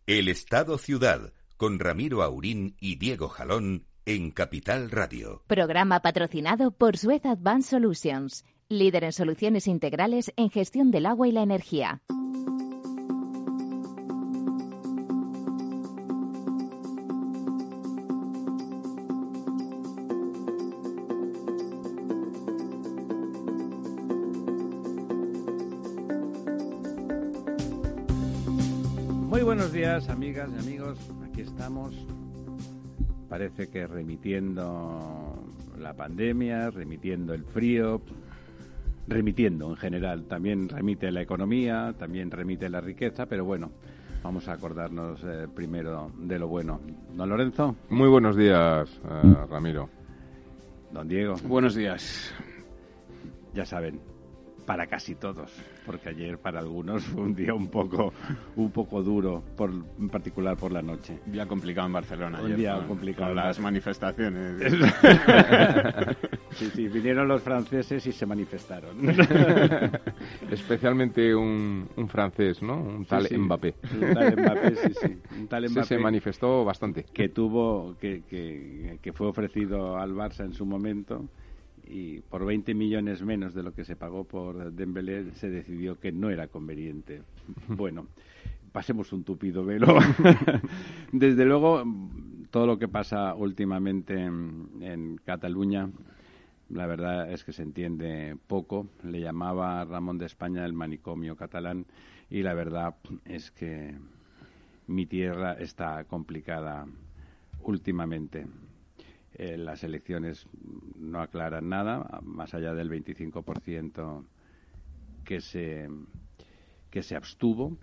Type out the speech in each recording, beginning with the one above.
El Estado Ciudad, con Ramiro Aurín y Diego Jalón en Capital Radio. Programa patrocinado por Suez Advanced Solutions, líder en soluciones integrales en gestión del agua y la energía. Muy buenos días, amigas y amigos. Aquí estamos. Parece que remitiendo la pandemia, remitiendo el frío, remitiendo en general. También remite la economía, también remite la riqueza, pero bueno, vamos a acordarnos primero de lo bueno. Don Lorenzo. Muy buenos días, Ramiro. Don Diego. Buenos días. Ya saben, para casi todos, porque ayer para algunos fue un día un poco duro, en particular por la noche. Un día complicado en Barcelona. Un día complicado. Con las manifestaciones. Sí, vinieron los franceses y se manifestaron. Especialmente un francés, ¿no? Un tal Mbappé. Un tal Mbappé, sí. Un tal Mbappé se manifestó bastante. Que fue ofrecido al Barça en su momento. Y por 20 millones menos de lo que se pagó por Dembélé se decidió que no era conveniente. Bueno, pasemos un tupido velo. Desde luego, todo lo que pasa últimamente en Cataluña, la verdad es que se entiende poco. Le llamaba Ramón de España el manicomio catalán y la verdad es que mi tierra está complicada últimamente. Las elecciones no aclaran nada, más allá del 25% que se abstuvo.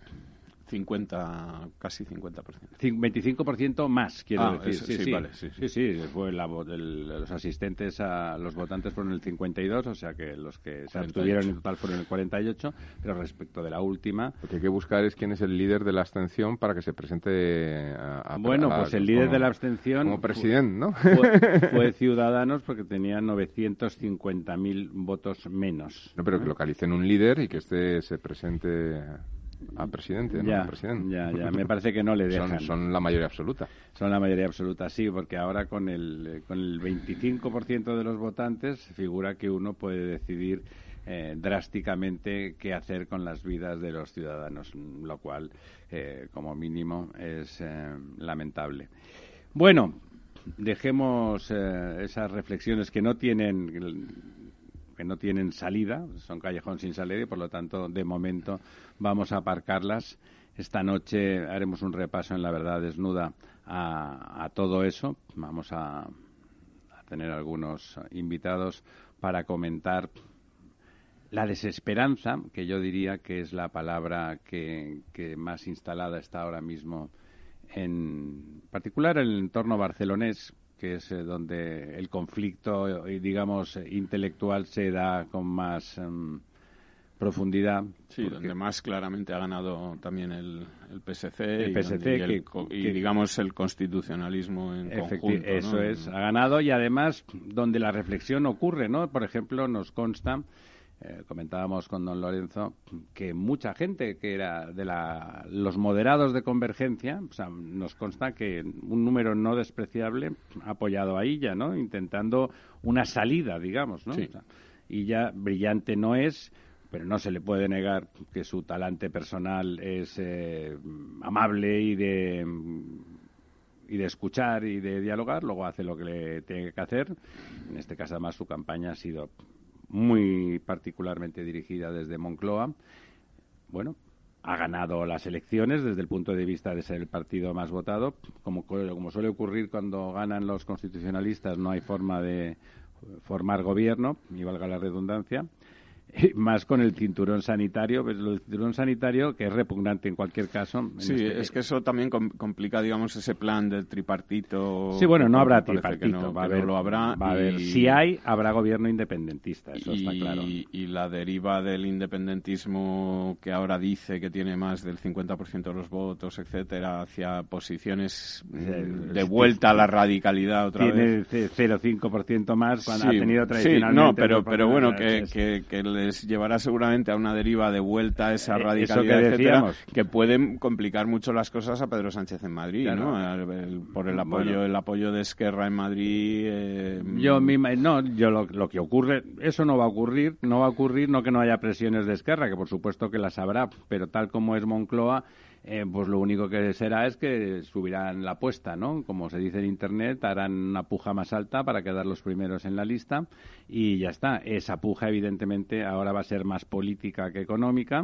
Casi 50%. 25% más, quiero decir. Sí, vale. Sí, fue los asistentes a los votantes fueron el 52, o sea que los que se abstuvieron en total fueron el 48, pero respecto de la última... Lo que hay que buscar es quién es el líder de la abstención para que se presente pues el líder de la abstención... Como presidente, ¿no? Fue Ciudadanos porque tenía 950.000 votos menos. No, pero que localicen un líder y que se presente... a presidente, ¿no? Ya, presidente. Ya. Me parece que no le dejan. Son la mayoría absoluta. Son la mayoría absoluta, sí, porque ahora con el 25% de los votantes figura que uno puede decidir drásticamente qué hacer con las vidas de los ciudadanos, lo cual, como mínimo, es lamentable. Bueno, dejemos esas reflexiones que no tienen salida, son callejón sin salida y por lo tanto de momento vamos a aparcarlas. Esta noche haremos un repaso en La Verdad Desnuda a todo eso. Vamos a tener algunos invitados para comentar la desesperanza, que yo diría que es la palabra que más instalada está ahora mismo, en particular en el entorno barcelonés, que es donde el conflicto, digamos, intelectual se da con más profundidad. Sí, donde más claramente ha ganado también el PSC, y digamos, el constitucionalismo en conjunto. Eso ¿no? es, ha ganado y además donde la reflexión ocurre, ¿no? Por ejemplo, nos consta... comentábamos con don Lorenzo que mucha gente que era de los moderados de Convergencia, o sea, nos consta que un número no despreciable ha apoyado a Illa, ¿no? Intentando una salida, digamos, ¿no? Sí. O sea, Illa brillante no es, pero no se le puede negar que su talante personal es amable y de escuchar y de dialogar, luego hace lo que le tiene que hacer. En este caso, además, su campaña ha sido muy particularmente dirigida desde Moncloa. Bueno, ha ganado las elecciones desde el punto de vista de ser el partido más votado. Como suele ocurrir cuando ganan los constitucionalistas, no hay forma de formar gobierno, y valga la redundancia. Más con el cinturón sanitario, pues el cinturón sanitario que es repugnante en cualquier caso. Sí, es que eso también complica, digamos, ese plan del tripartito. Sí, bueno, no habrá tripartito, va a haber. Si habrá gobierno independentista, eso está claro. Y la deriva del independentismo que ahora dice que tiene más del 50% de los votos, etcétera, hacia posiciones de vuelta a la radicalidad otra vez. Tiene 0,5% más cuando ha tenido tradicionalmente. Sí, no, pero bueno, que les llevará seguramente a una deriva de vuelta a esa radicalidad, que etcétera, que pueden complicar mucho las cosas a Pedro Sánchez en Madrid, claro. ¿no? Por el apoyo de Esquerra en Madrid. Lo que ocurre, eso no va a ocurrir, no que no haya presiones de Esquerra, que por supuesto que las habrá, pero tal como es Moncloa, pues lo único que será es que subirán la apuesta, ¿no? Como se dice en Internet, harán una puja más alta para quedar los primeros en la lista y ya está. Esa puja, evidentemente, ahora va a ser más política que económica,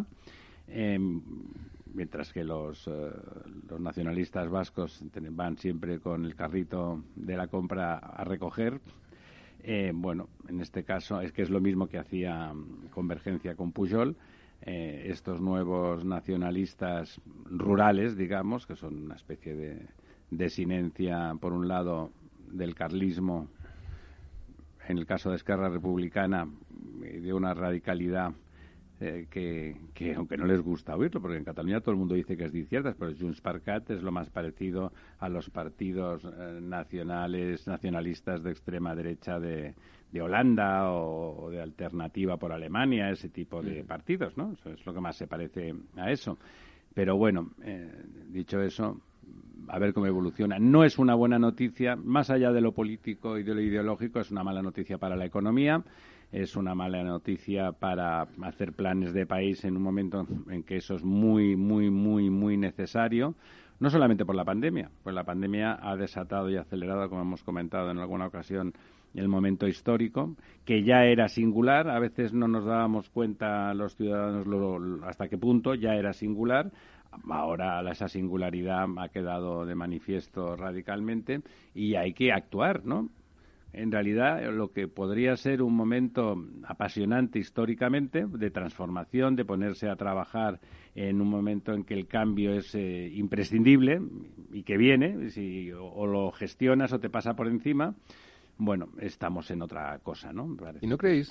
mientras que los nacionalistas vascos van siempre con el carrito de la compra a recoger. Bueno, en este caso es que es lo mismo que hacía Convergencia con Pujol. Estos nuevos nacionalistas rurales, digamos, que son una especie de desinencia, por un lado, del carlismo, en el caso de Esquerra Republicana, de una radicalidad que aunque no les gusta oírlo, porque en Cataluña todo el mundo dice que es de izquierdas, pero Junts per Cat es lo más parecido a los partidos nacionalistas de extrema derecha de Holanda o de Alternativa por Alemania, ese tipo de partidos, ¿no? Eso es lo que más se parece a eso. Pero bueno, dicho eso, a ver cómo evoluciona. No es una buena noticia, más allá de lo político y de lo ideológico, es una mala noticia para la economía, es una mala noticia para hacer planes de país en un momento en que eso es muy, muy, muy, muy necesario. No solamente por la pandemia, pues la pandemia ha desatado y acelerado, como hemos comentado en alguna ocasión, el momento histórico, que ya era singular. A veces no nos dábamos cuenta los ciudadanos hasta qué punto ya era singular. Ahora esa singularidad ha quedado de manifiesto radicalmente y hay que actuar, ¿no? En realidad, lo que podría ser un momento apasionante históricamente, de transformación, de ponerse a trabajar en un momento en que el cambio es imprescindible y que viene, si o lo gestionas o te pasa por encima. Bueno, estamos en otra cosa, ¿no? ¿Y no creéis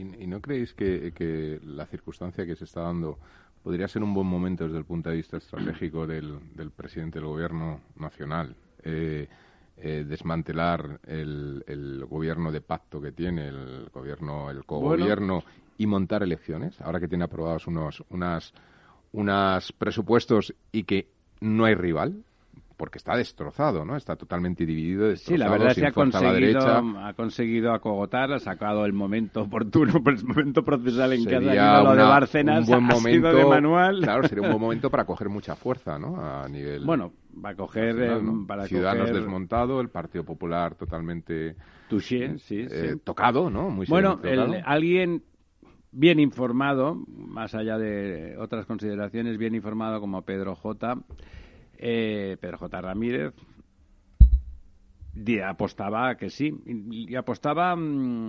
que la circunstancia que se está dando podría ser un buen momento desde el punto de vista estratégico del presidente del Gobierno nacional? Desmantelar el gobierno de pacto que tiene, el cogobierno, y montar elecciones, ahora que tiene aprobados unos presupuestos y que no hay rival, porque está destrozado, ¿no? Está totalmente dividido, destrozado. Sí, la verdad es que ha conseguido acogotar, ha sacado el momento oportuno, el momento procesal en que ha salido lo de Bárcenas, ha sido de manual. Claro, sería un buen momento para coger mucha fuerza, ¿no? A nivel... Bueno, va a coger... nacional, ¿no? Para Ciudadanos desmontado, el Partido Popular totalmente... Touché, sí. Tocado, ¿no? Muy bueno, alguien bien informado, más allá de otras consideraciones, bien informado como Pedro J. Ramírez apostaba que sí, y apostaba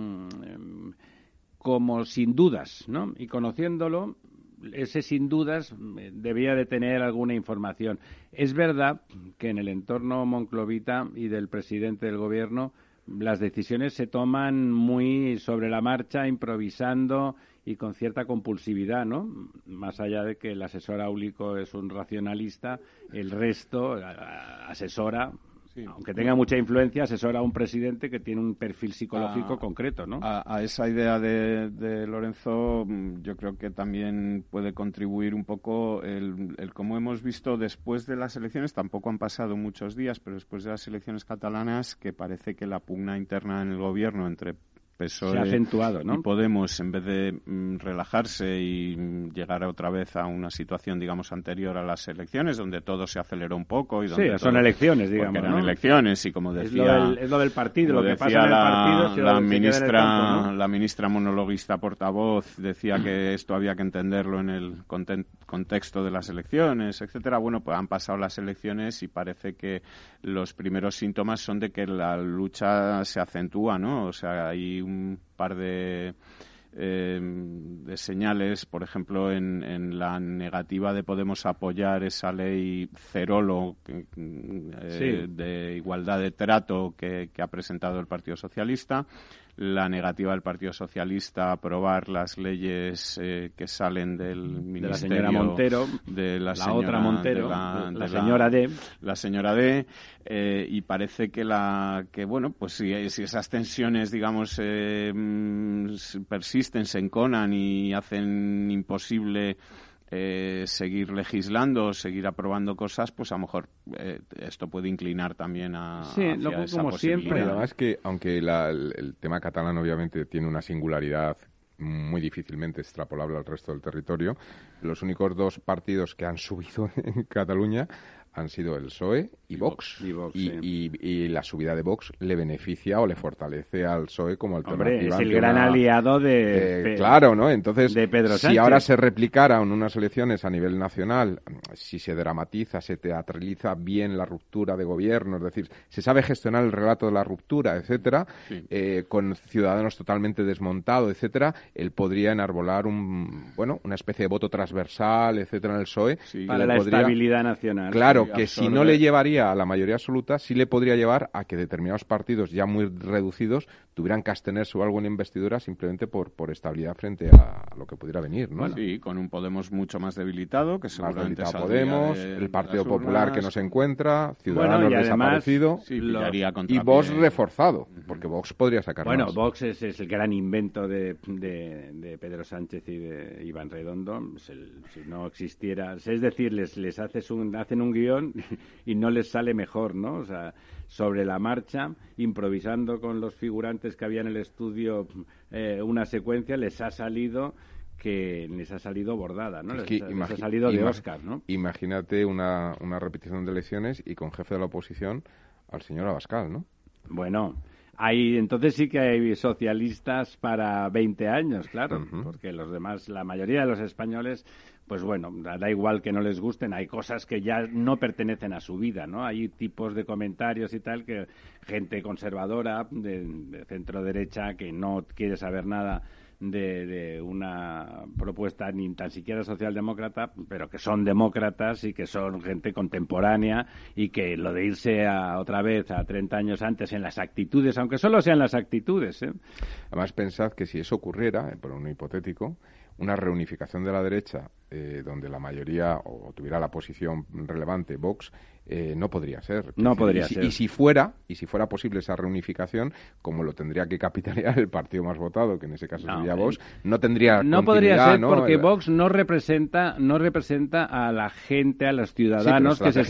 como sin dudas, ¿no? Y conociéndolo, ese sin dudas debía de tener alguna información. Es verdad que en el entorno monclovita y del presidente del gobierno las decisiones se toman muy sobre la marcha, improvisando y con cierta compulsividad, ¿no? Más allá de que el asesor áulico es un racionalista, el resto asesora, sí, aunque tenga mucha influencia, asesora a un presidente que tiene un perfil psicológico concreto, ¿no? A esa idea de Lorenzo, yo creo que también puede contribuir un poco el como hemos visto después de las elecciones, tampoco han pasado muchos días, pero después de las elecciones catalanas, que parece que la pugna interna en el gobierno entre PSOE se ha acentuado, ¿no? Y Podemos, en vez de relajarse y llegar otra vez a una situación, digamos, anterior a las elecciones, donde todo se aceleró un poco. Y donde son elecciones, digamos, porque eran ¿no? elecciones, y como decía... Es lo del partido, lo que pasa en el partido... La ministra monologuista portavoz decía que esto había que entenderlo en el contexto de las elecciones, etcétera. Bueno, pues han pasado las elecciones y parece que los primeros síntomas son de que la lucha se acentúa, ¿no? O sea, hay un par de señales, por ejemplo, en la negativa de Podemos apoyar esa ley Cerolo de igualdad de trato que ha presentado el Partido Socialista, la negativa del Partido Socialista a aprobar las leyes que salen del ministerio de la señora Montero, de la otra Montero, la señora D. La señora D, y parece que bueno, pues si esas tensiones, digamos, persisten, se enconan y hacen imposible seguir legislando, seguir aprobando cosas, pues a lo mejor esto puede inclinar también hacia esa como siempre. Además que, aunque el tema catalán obviamente tiene una singularidad muy difícilmente extrapolable al resto del territorio, los únicos dos partidos que han subido en Cataluña han sido el PSOE y Vox. Y la subida de Vox le beneficia o le fortalece al PSOE como alternativa. Hombre, es el gran aliado claro, ¿no? Entonces, de Pedro Sánchez. Si ahora se replicara en unas elecciones a nivel nacional, si se dramatiza, se teatraliza bien la ruptura de gobierno, es decir, se sabe gestionar el relato de la ruptura, etcétera, con Ciudadanos totalmente desmontado, etcétera, él podría enarbolar una especie de voto transversal, etcétera, en el PSOE. Para la estabilidad nacional. Claro, que si no le llevaría a la mayoría absoluta, sí le podría llevar a que determinados partidos ya muy reducidos tuvieran que abstenerse o algo en investidura simplemente por estabilidad frente a lo que pudiera venir, ¿no? Bueno, sí, con un Podemos mucho más debilitado, que seguramente más debilitado Podemos, el Partido Popular que no se encuentra, Ciudadanos desaparecido y Vox reforzado, porque Vox podría sacar más. Bueno, Vox es el gran invento de Pedro Sánchez y de Iván Redondo. Si no existiera, es decir, les hacen un guión y no les sale mejor, ¿no? O sea, sobre la marcha, improvisando con los figurantes que había en el estudio una secuencia, les ha salido bordada, ¿no? Les ha salido de Oscar, ¿no? Imagínate una repetición de elecciones y con jefe de la oposición al señor Abascal, ¿no? Bueno, entonces sí que hay socialistas para 20 años, claro, porque los demás, la mayoría de los españoles, pues bueno, da igual que no les gusten, hay cosas que ya no pertenecen a su vida, ¿no? Hay tipos de comentarios y tal que gente conservadora, de centro derecha, que no quiere saber nada de una propuesta ni tan siquiera socialdemócrata, pero que son demócratas y que son gente contemporánea y que lo de irse otra vez a 30 años antes en las actitudes, aunque solo sean las actitudes, ¿eh? Además, pensad que si eso ocurriera, por un hipotético, una reunificación de la derecha donde la mayoría o tuviera la posición relevante Vox, no podría ser. No podría ser. Y si fuera posible esa reunificación, como lo tendría que capitanear el partido más votado, que en ese caso sería Vox, no tendría no podría ser, ¿no? Porque Vox no representa a la gente, a los ciudadanos que se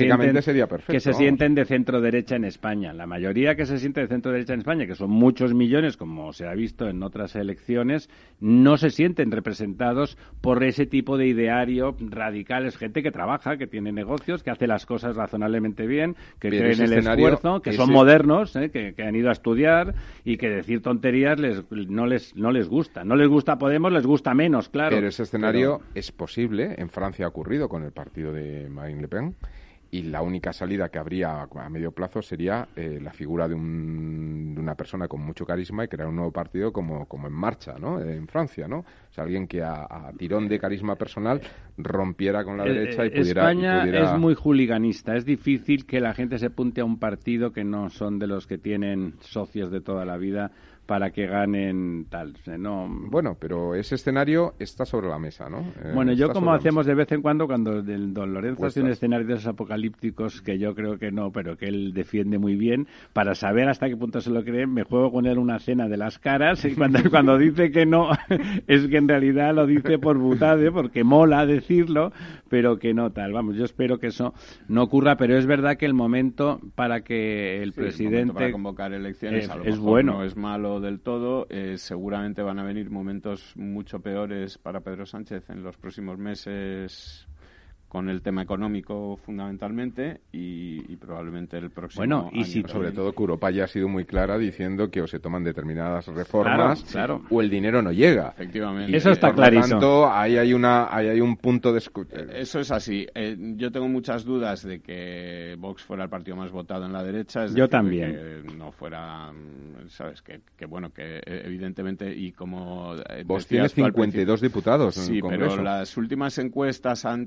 sienten de centro derecha en España. La mayoría que se siente de centro derecha en España, que son muchos millones, como se ha visto en otras elecciones, no se sienten representados por ese tipo de ideario radical. Es gente que trabaja, que tiene negocios, que hace las cosas razonablemente bien, que creen en el esfuerzo, que son modernos, que han ido a estudiar y que decir tonterías no les gusta. No les gusta Podemos, les gusta menos, claro. Pero ese escenario es posible. En Francia ha ocurrido con el partido de Marine Le Pen. Y la única salida que habría a medio plazo sería la figura de una persona con mucho carisma y crear un nuevo partido como En Marcha, ¿no? En Francia, ¿no? O sea, alguien que a tirón de carisma personal rompiera con la derecha y pudiera... España es muy juliganista. Es difícil que la gente se apunte a un partido que no son de los que tienen socios de toda la vida para que ganen tal, ¿no? Bueno, pero ese escenario está sobre la mesa, ¿no? Bueno, yo como hacemos de vez en cuando el don Lorenzo hace un escenario de esos apocalípticos que yo creo que no, pero que él defiende muy bien, para saber hasta qué punto se lo creen, me juego con él una cena de las caras y cuando dice que no, es que en realidad lo dice por butade, porque mola decirlo, pero que no tal. Vamos, yo espero que eso no ocurra, pero es verdad que el momento para que el presidente... El momento para convocar elecciones es bueno. No es malo del todo, seguramente van a venir momentos mucho peores para Pedro Sánchez en los próximos meses con el tema económico fundamentalmente y probablemente el próximo año. Y sobre todo que Europa ya ha sido muy clara diciendo que o se toman determinadas reformas o el dinero no llega. Efectivamente. Eso está clarísimo. Por lo tanto, ahí hay un punto de... Eso es así. Yo tengo muchas dudas de que Vox fuera el partido más votado en la derecha. Yo también. Que no fuera, ¿sabes? Que bueno, que evidentemente y como... Vox tiene 52 diputados en el Congreso. Pero las últimas encuestas antes de las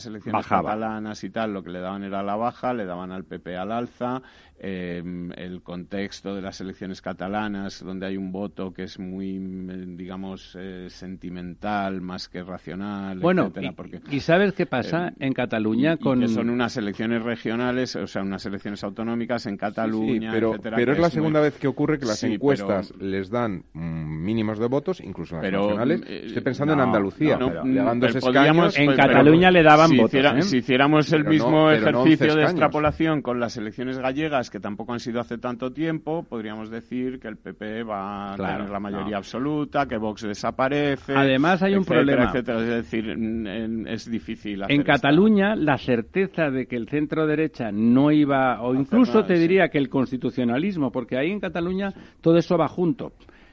las elecciones catalanas y tal, lo que le daban era la baja, le daban al PP al alza. El contexto de las elecciones catalanas, donde hay un voto que es muy, digamos, sentimental más que racional, bueno, etcétera, y ¿sabes qué pasa en Cataluña? Y que son unas elecciones regionales, o sea, unas elecciones autonómicas en Cataluña, etcétera. Pero es la segunda vez que ocurre que las encuestas les dan mínimos de votos, incluso las nacionales. Estoy pensando en Andalucía, le daban 2 escaños. En Cataluña le daban votos. Si hiciéramos el mismo ejercicio de extrapolación con las elecciones gallegas, que tampoco han sido hace tanto tiempo, podríamos decir que el PP va a tener la mayoría absoluta, que Vox desaparece. Además hay un problema. Etcétera. Es decir, es difícil hacer en Cataluña la certeza de que el centro derecha no iba, o incluso te diría que el constitucionalismo, porque ahí en Cataluña todo eso va junto.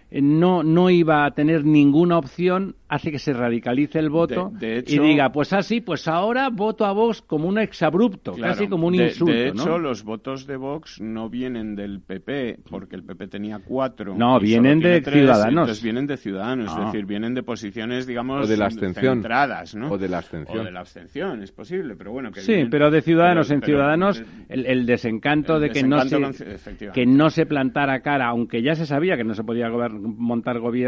No iba a tener ninguna opción, hace que se radicalice el voto de hecho, y diga, pues así, pues ahora voto a Vox como un exabrupto, claro, casi como un insulto. De hecho, ¿no? los votos de Vox no vienen del PP, porque el PP tenía 4. No, vienen de 3, Ciudadanos. Entonces vienen de Ciudadanos, es decir, vienen de posiciones, digamos, o de la abstención, centradas, ¿no? O de la abstención. O de la abstención, es posible, pero bueno. Que sí, vienen, pero de Ciudadanos, en Ciudadanos, el desencanto de que no se plantara cara, aunque ya se sabía que no se podía montar gobierno,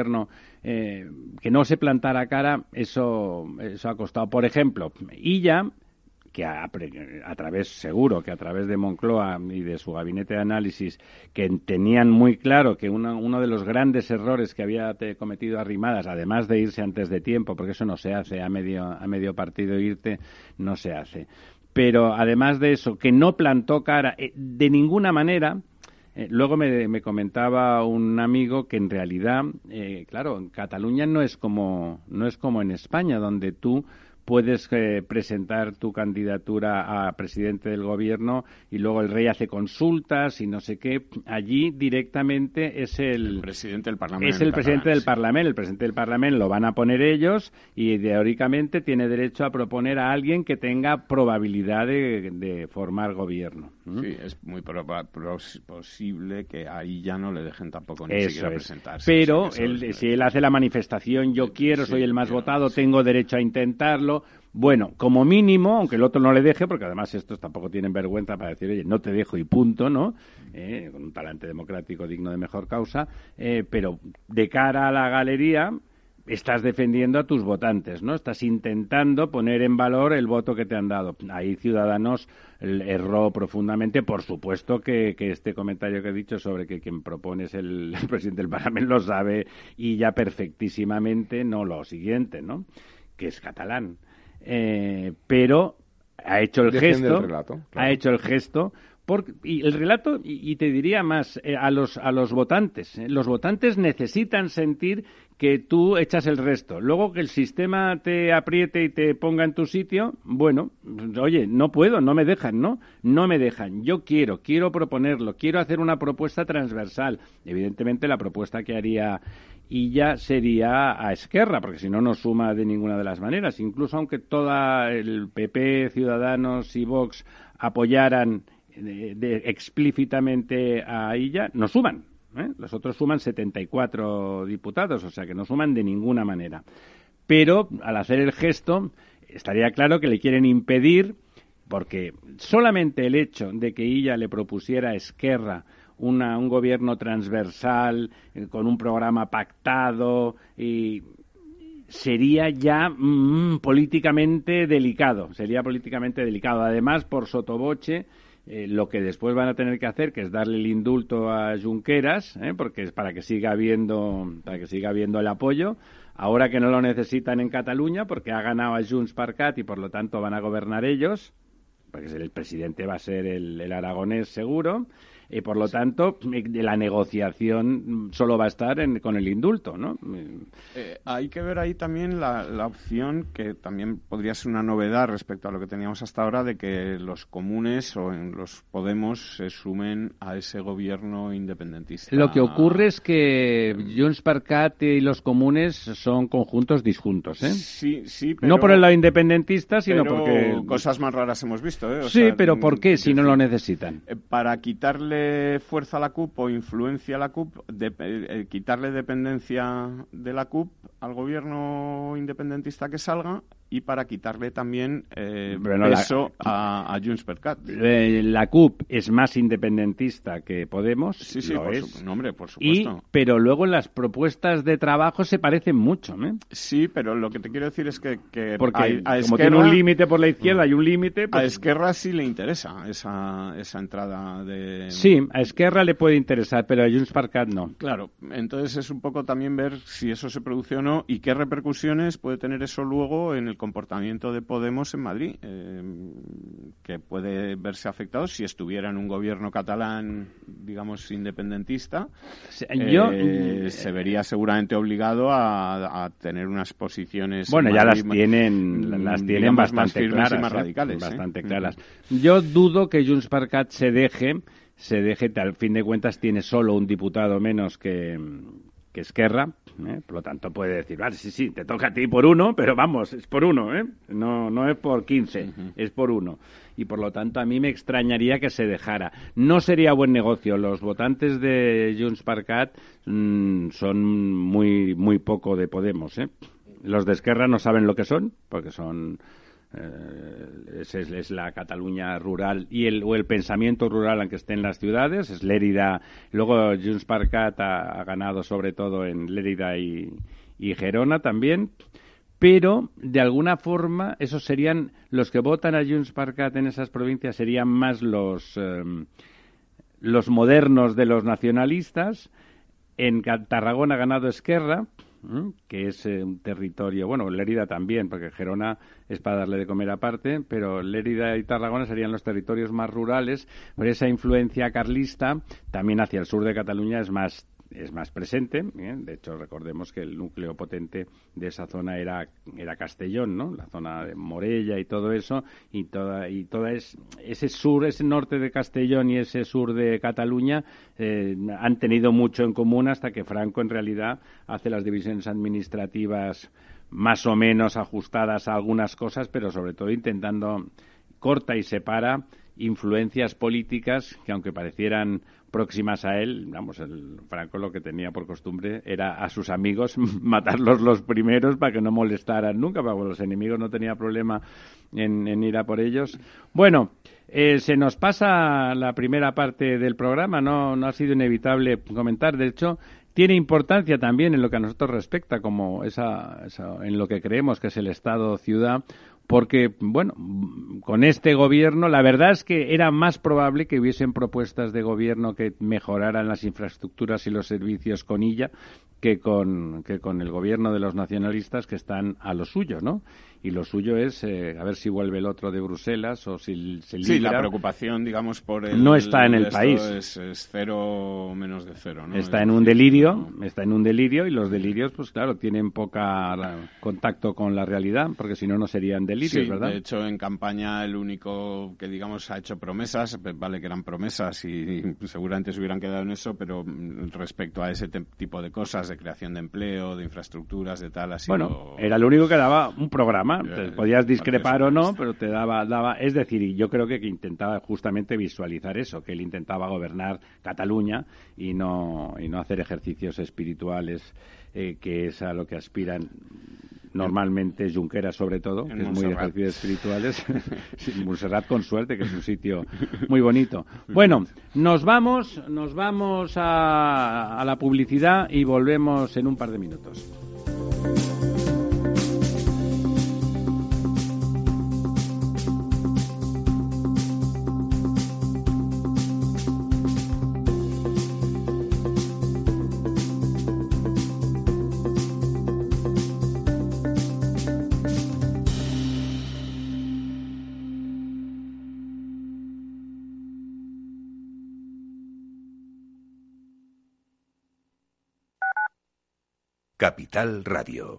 que no se plantara cara, eso ha costado. Por ejemplo, Illa, que a través, seguro que a través de Moncloa y de su gabinete de análisis, que tenían muy claro que uno de los grandes errores que había cometido Arrimadas, además de irse antes de tiempo, porque eso no se hace, a medio partido irte, no se hace. Pero además de eso, que no plantó cara de ninguna manera. Luego me comentaba un amigo que en realidad, claro, en Cataluña no es como en España, donde tú puedes presentar tu candidatura a presidente del gobierno y luego el rey hace consultas y no sé qué. Allí directamente es el presidente del Parlamento. Es el presidente del Parlamento. El presidente del Parlamento lo van a poner ellos y teóricamente tiene derecho a proponer a alguien que tenga probabilidad de formar gobierno. Sí, es muy posible que ahí ya no le dejen tampoco ni siquiera presentarse. Pero si él hace la manifestación, yo quiero, soy el más votado, tengo derecho a intentarlo. Bueno, como mínimo, aunque el otro no le deje, porque además estos tampoco tienen vergüenza para decir, oye, no te dejo y punto, ¿no? Con un talante democrático digno de mejor causa, pero de cara a la galería estás defendiendo a tus votantes, ¿no? Estás intentando poner en valor el voto que te han dado. Ahí Ciudadanos erró profundamente. Por supuesto que este comentario que he dicho sobre que quien propone es el presidente del Parlamento lo sabe y ya perfectísimamente, no lo siguiente, ¿no? Que es catalán. Pero ha hecho el gesto. El relato, claro. Ha hecho el gesto. Y el relato, y te diría más, a los votantes. Los votantes necesitan sentir que tú echas el resto. Luego que el sistema te apriete y te ponga en tu sitio, bueno, oye, no puedo, no me dejan, ¿no? No me dejan. Yo quiero proponerlo, quiero hacer una propuesta transversal. Evidentemente la propuesta que haría Illa sería a Esquerra, porque si no, no suma de ninguna de las maneras. Incluso aunque toda el PP, Ciudadanos y Vox apoyaran explícitamente a Illa, no suman. Los otros suman 74 diputados, o sea que no suman de ninguna manera. Pero al hacer el gesto, estaría claro que le quieren impedir, porque solamente el hecho de que Illa le propusiera a Esquerra un gobierno transversal, con un programa pactado, y sería ya políticamente delicado. Además, por sotavoce, lo que después van a tener que hacer, que es darle el indulto a Junqueras, porque es para que siga habiendo el apoyo, ahora que no lo necesitan en Cataluña, porque ha ganado a Junts per Cat y por lo tanto van a gobernar ellos, porque el presidente va a ser el aragonés seguro, y por lo tanto la negociación solo va a estar con el indulto, ¿no? Hay que ver ahí también la opción, que también podría ser una novedad respecto a lo que teníamos hasta ahora, de que los comunes o en los Podemos se sumen a ese gobierno independentista. Lo que ocurre es que Junts per Cat y los comunes son conjuntos disjuntos, ¿eh? Sí, pero... No por el lado independentista, sino porque... Cosas más raras hemos visto, ¿eh? Pero ¿por qué si no lo necesitan? Para quitarle fuerza a la CUP o influencia a la CUP, quitarle dependencia de la CUP al gobierno independentista que salga y para quitarle también peso a Junts per Cat. La CUP es más independentista que Podemos, sí, por supuesto. Pero luego las propuestas de trabajo se parecen mucho, ¿eh? Sí, pero lo que te quiero decir es que porque a como Esquerra, tiene un límite por la izquierda y un límite... Pues... A Esquerra sí le interesa esa entrada de... Sí, a Esquerra le puede interesar, pero a Junts per Cat no. Claro, entonces es un poco también ver si eso se produce o no y qué repercusiones puede tener eso luego en el comportamiento de Podemos en Madrid, que puede verse afectado si estuviera en un gobierno catalán, digamos, independentista. Se vería seguramente obligado a tener unas posiciones... Bueno, ya las tienen bastante más firmes claras, y más radicales. Bastante claras. Yo dudo que Junts per Cat se deje, al fin de cuentas tiene solo un diputado menos que Esquerra, por lo tanto puede decir, vale, sí, te toca a ti por uno, pero vamos, es por uno, no es por 15, es por uno. Y por lo tanto a mí me extrañaría que se dejara. No sería buen negocio. Los votantes de Junts per Cat son muy poco de Podemos, Los de Esquerra no saben lo que son, porque son... es la Cataluña rural o el pensamiento rural aunque esté en las ciudades, es Lérida. Luego Junts per Cat ha ganado sobre todo en Lérida y Gerona también, pero de alguna forma esos serían los que votan a Junts per Cat en esas provincias, serían más los modernos de los nacionalistas. En Tarragona ha ganado Esquerra, que es un territorio, bueno, Lérida también, porque Gerona es para darle de comer aparte, pero Lérida y Tarragona serían los territorios más rurales, pero esa influencia carlista también hacia el sur de Cataluña es más presente. De hecho, recordemos que el núcleo potente de esa zona era Castellón, ¿no? La zona de Morella y todo eso, y toda ese sur, ese norte de Castellón y ese sur de Cataluña han tenido mucho en común hasta que Franco en realidad hace las divisiones administrativas más o menos ajustadas a algunas cosas, pero sobre todo intentando corta y separa influencias políticas que aunque parecieran próximas a él, vamos, el Franco lo que tenía por costumbre era a sus amigos matarlos los primeros para que no molestaran nunca, porque los enemigos no tenía problema en ir a por ellos. Bueno, se nos pasa la primera parte del programa, no ha sido inevitable comentar, de hecho tiene importancia también en lo que a nosotros respecta, como en lo que creemos que es el Estado-ciudad, porque, bueno, con este gobierno, la verdad es que era más probable que hubiesen propuestas de gobierno que mejoraran las infraestructuras y los servicios con ella que con el gobierno de los nacionalistas, que están a lo suyo, ¿no? Y lo suyo es a ver si vuelve el otro de Bruselas o si se libra. Sí, la preocupación, digamos, por el... No está en el país. Es cero o menos de cero, ¿no? Está en un delirio y los delirios, pues claro, tienen poca contacto con la realidad, porque si no, no serían delirios, sí, ¿verdad? De hecho, en campaña el único que, digamos, ha hecho promesas, vale que eran promesas y seguramente se hubieran quedado en eso, pero respecto a ese tipo de cosas, de creación de empleo, de infraestructuras, de tal, así. Bueno, era el único que daba un programa. Podías discrepar o no, pero te daba, es decir, y yo creo que intentaba justamente visualizar eso, que él intentaba gobernar Cataluña y no hacer ejercicios espirituales, que es a lo que aspiran normalmente Junqueras, sobre todo, que es muy de ejercicios espirituales. Montserrat, con suerte, que es un sitio muy bonito. Bueno, nos vamos a la publicidad y volvemos en un par de minutos. Capital Radio.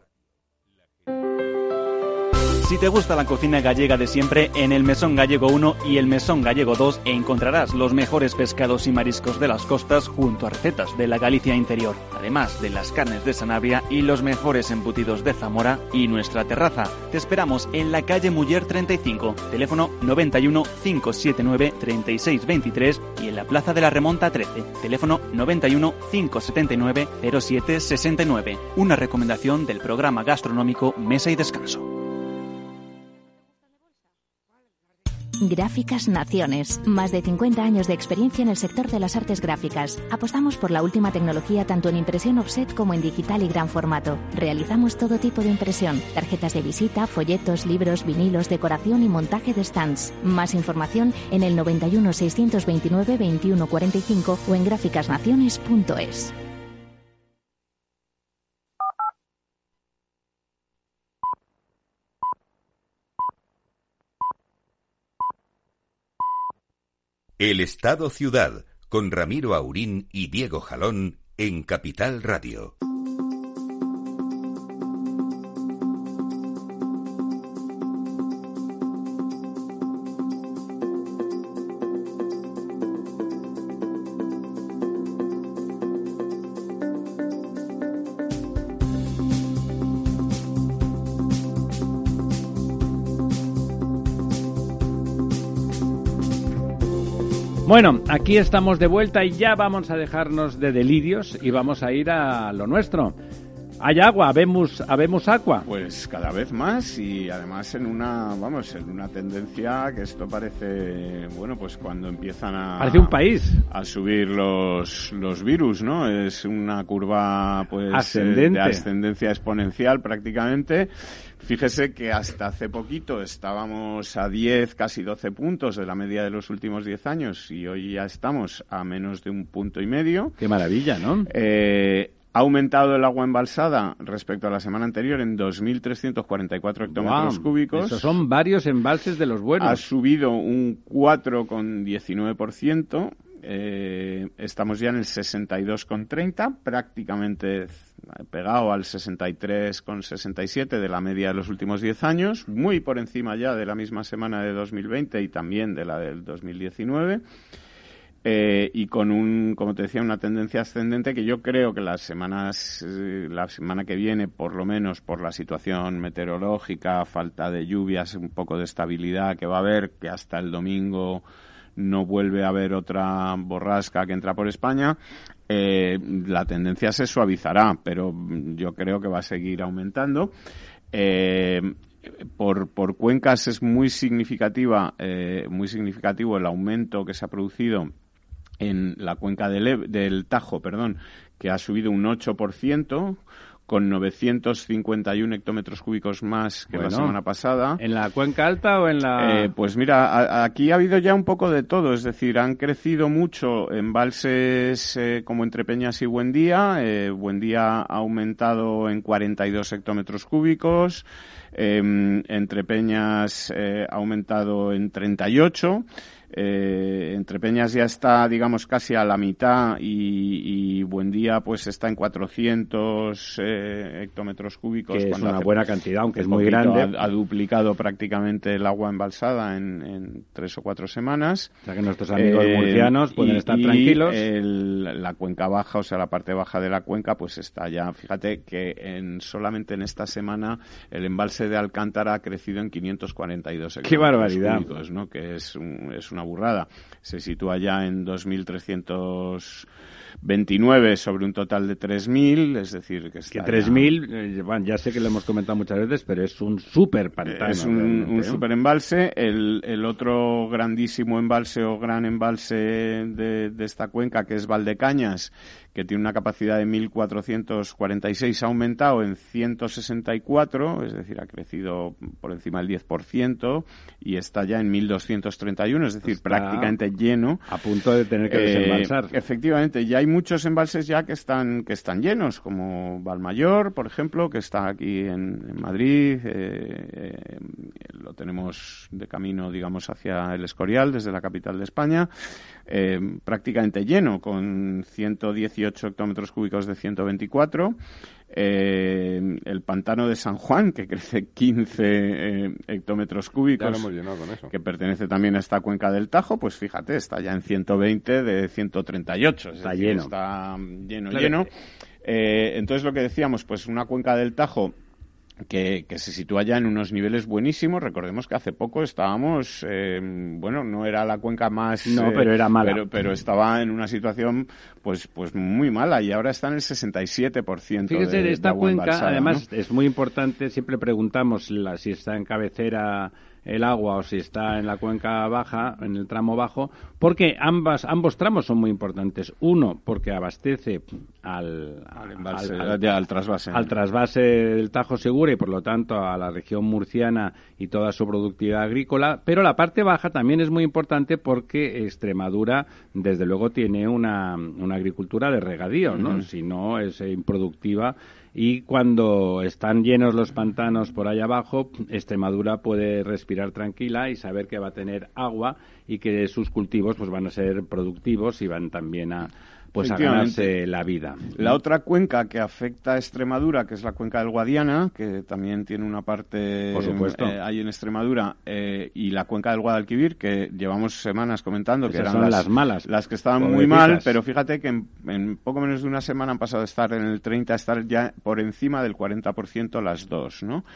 Si te gusta la cocina gallega de siempre, en el Mesón Gallego 1 y el Mesón Gallego 2 encontrarás los mejores pescados y mariscos de las costas junto a recetas de la Galicia interior, además de las carnes de Sanabria y los mejores embutidos de Zamora y nuestra terraza. Te esperamos en la calle Muller 35, teléfono 91 579 3623 y en la Plaza de la Remonta 13, teléfono 91 579 0769. Una recomendación del programa gastronómico Mesa y Descanso. Gráficas Naciones. Más de 50 años de experiencia en el sector de las artes gráficas. Apostamos por la última tecnología tanto en impresión offset como en digital y gran formato. Realizamos todo tipo de impresión. Tarjetas de visita, folletos, libros, vinilos, decoración y montaje de stands. Más información en el 91 629 21 45 o en gráficasnaciones.es. El Estado Ciudad, con Ramiro Aurín y Diego Jalón en Capital Radio. Bueno, aquí estamos de vuelta y ya vamos a dejarnos de delirios y vamos a ir a lo nuestro. ¿Hay agua? ¿Habemos agua? Pues cada vez más y además en una tendencia que esto parece, bueno, pues cuando empiezan parece un país a subir los virus, ¿no? Es una curva pues ascendente, de ascendencia exponencial prácticamente. Fíjese que hasta hace poquito estábamos a 10, casi 12 puntos de la media de los últimos 10 años y hoy ya estamos a menos de 1,5 puntos. ¡Qué maravilla!, ¿no? Ha aumentado el agua embalsada respecto a la semana anterior en 2.344 hectómetros cúbicos. Esos son varios embalses de los buenos. Ha subido un 4,19%. Estamos ya en el 62,30, prácticamente pegado al 63,67 de la media de los últimos 10 años, muy por encima ya de la misma semana de 2020 y también de la del 2019. Y con como te decía, una tendencia ascendente que yo creo que la semana que viene, por lo menos por la situación meteorológica, falta de lluvias, un poco de estabilidad que va a haber, que hasta el domingo no vuelve a haber otra borrasca que entra por España, la tendencia se suavizará, pero yo creo que va a seguir aumentando. Por cuencas es muy significativo el aumento que se ha producido en la cuenca del Tajo, que ha subido un 8%, con 951 hectómetros cúbicos más que la semana pasada. ¿En la cuenca alta o en la...? Pues mira, aquí ha habido ya un poco de todo, es decir, han crecido mucho embalses como Entrepeñas y Buendía. Buendía ha aumentado en 42 hectómetros cúbicos, Entrepeñas ha aumentado en 38. Entrepeñas ya está, digamos, casi a la mitad y Buendía pues está en 400 hectómetros cúbicos. Que es una buena cantidad, aunque es muy grande. Ha duplicado prácticamente el agua embalsada en 3 o 4 semanas. O sea que nuestros amigos murcianos pueden estar tranquilos. La cuenca baja, o sea, la parte baja de la cuenca, pues está ya, fíjate que solamente en esta semana el embalse de Alcántara ha crecido en 542 hectómetros. ¡Qué barbaridad! Cúbicos, ¿no? Que es una burrada. Se sitúa ya en 2.329 sobre un total de 3.000, es decir, que está... Que 3.000, ya sé que lo hemos comentado muchas veces, pero es un súper pantano. Es un súper embalse. El otro grandísimo embalse o gran embalse de esta cuenca, que es Valdecañas, que tiene una capacidad de 1.446, ha aumentado en 164, es decir, ha crecido por encima del 10% y está ya en 1.231, es decir, prácticamente lleno. A punto de tener que desembalsar. Efectivamente, ya hay muchos embalses ya que están llenos, como Valmayor, por ejemplo, que está aquí en Madrid, lo tenemos de camino, digamos, hacia el Escorial, desde la capital de España, prácticamente lleno, con 118 hectómetros cúbicos de 124. El pantano de San Juan, que crece 15 hectómetros cúbicos, ya lo hemos llenado con eso, que pertenece también a esta cuenca del Tajo, pues fíjate, está ya en 120 de 138. Está lleno. Está lleno, claro. Lleno. Entonces, lo que decíamos, pues una cuenca del Tajo que se sitúa ya en unos niveles buenísimos. Recordemos que hace poco estábamos, no era la cuenca más... No, pero era mala. Pero estaba en una situación pues muy mala y ahora está en el 67%. Fíjese, de esta agua cuenca, embalsada, además, ¿no? Es muy importante, siempre preguntamos si está en cabecera el agua o si está en la cuenca baja, en el tramo bajo, porque ambos tramos son muy importantes. Uno, porque abastece al trasvase del Tajo Segura y, por lo tanto, a la región murciana y toda su productividad agrícola. Pero la parte baja también es muy importante porque Extremadura, desde luego, tiene una agricultura de regadío, ¿no? Si no, es improductiva. Y cuando están llenos los pantanos por ahí abajo, Extremadura puede respirar tranquila y saber que va a tener agua y que sus cultivos pues van a ser productivos y van también a ganarse la vida. La otra cuenca que afecta a Extremadura, que es la cuenca del Guadiana, que también tiene una parte por supuesto ahí en Extremadura, y la cuenca del Guadalquivir, que llevamos semanas comentando que esas eran las malas, las que estaban muy mal, pero fíjate que en poco menos de una semana han pasado de estar en el 30 a estar ya por encima del 40% las dos, ¿no?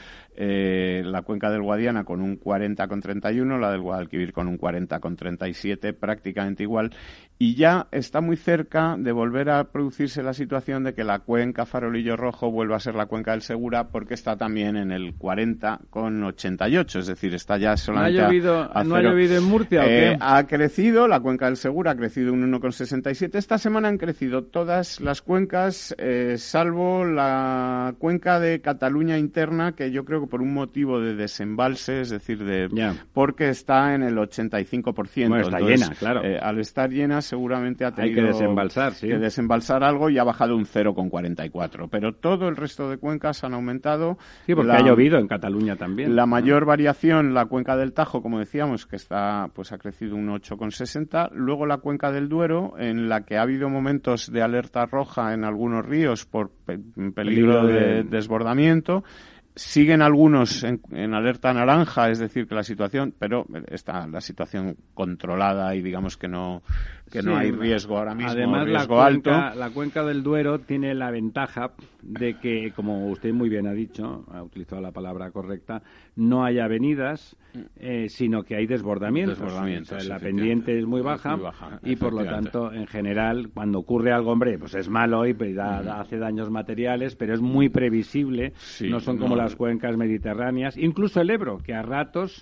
La cuenca del Guadiana con un 40,31, la del Guadalquivir con un 40,37, prácticamente igual, y ya está muy cerca de volver a producirse la situación de que la cuenca Farolillo Rojo vuelva a ser la cuenca del Segura, porque está también en el 40,88, es decir, está ya solamente ¿No ha llovido en Murcia o qué? Ha crecido, la cuenca del Segura ha crecido un 1,67. Esta semana han crecido todas las cuencas, salvo la cuenca de Cataluña interna, que yo creo que por un motivo de desembalse, es decir, porque está en el 85%. Bueno, está llena, claro. Al estar llena, seguramente ha tenido que desembalsar algo y ha bajado un 0,44. Pero todo el resto de cuencas han aumentado. Sí, porque ha llovido en Cataluña también. La mayor variación, la cuenca del Tajo, como decíamos, que está, pues ha crecido un 8,60. Luego la cuenca del Duero, en la que ha habido momentos de alerta roja en algunos ríos por peligro de desbordamiento. Siguen algunos en alerta naranja, es decir, que la situación, pero está la situación controlada y digamos que no hay riesgo ahora mismo, además, riesgo alto. La cuenca del Duero tiene la ventaja de que, como usted muy bien ha dicho, ha utilizado la palabra correcta, no hay avenidas, sino que hay desbordamientos. O sea, la pendiente es muy baja y, por lo tanto, en general, cuando ocurre algo, hombre, pues es malo y hace daños materiales, pero es muy previsible, no son como las cuencas mediterráneas, incluso el Ebro, que a ratos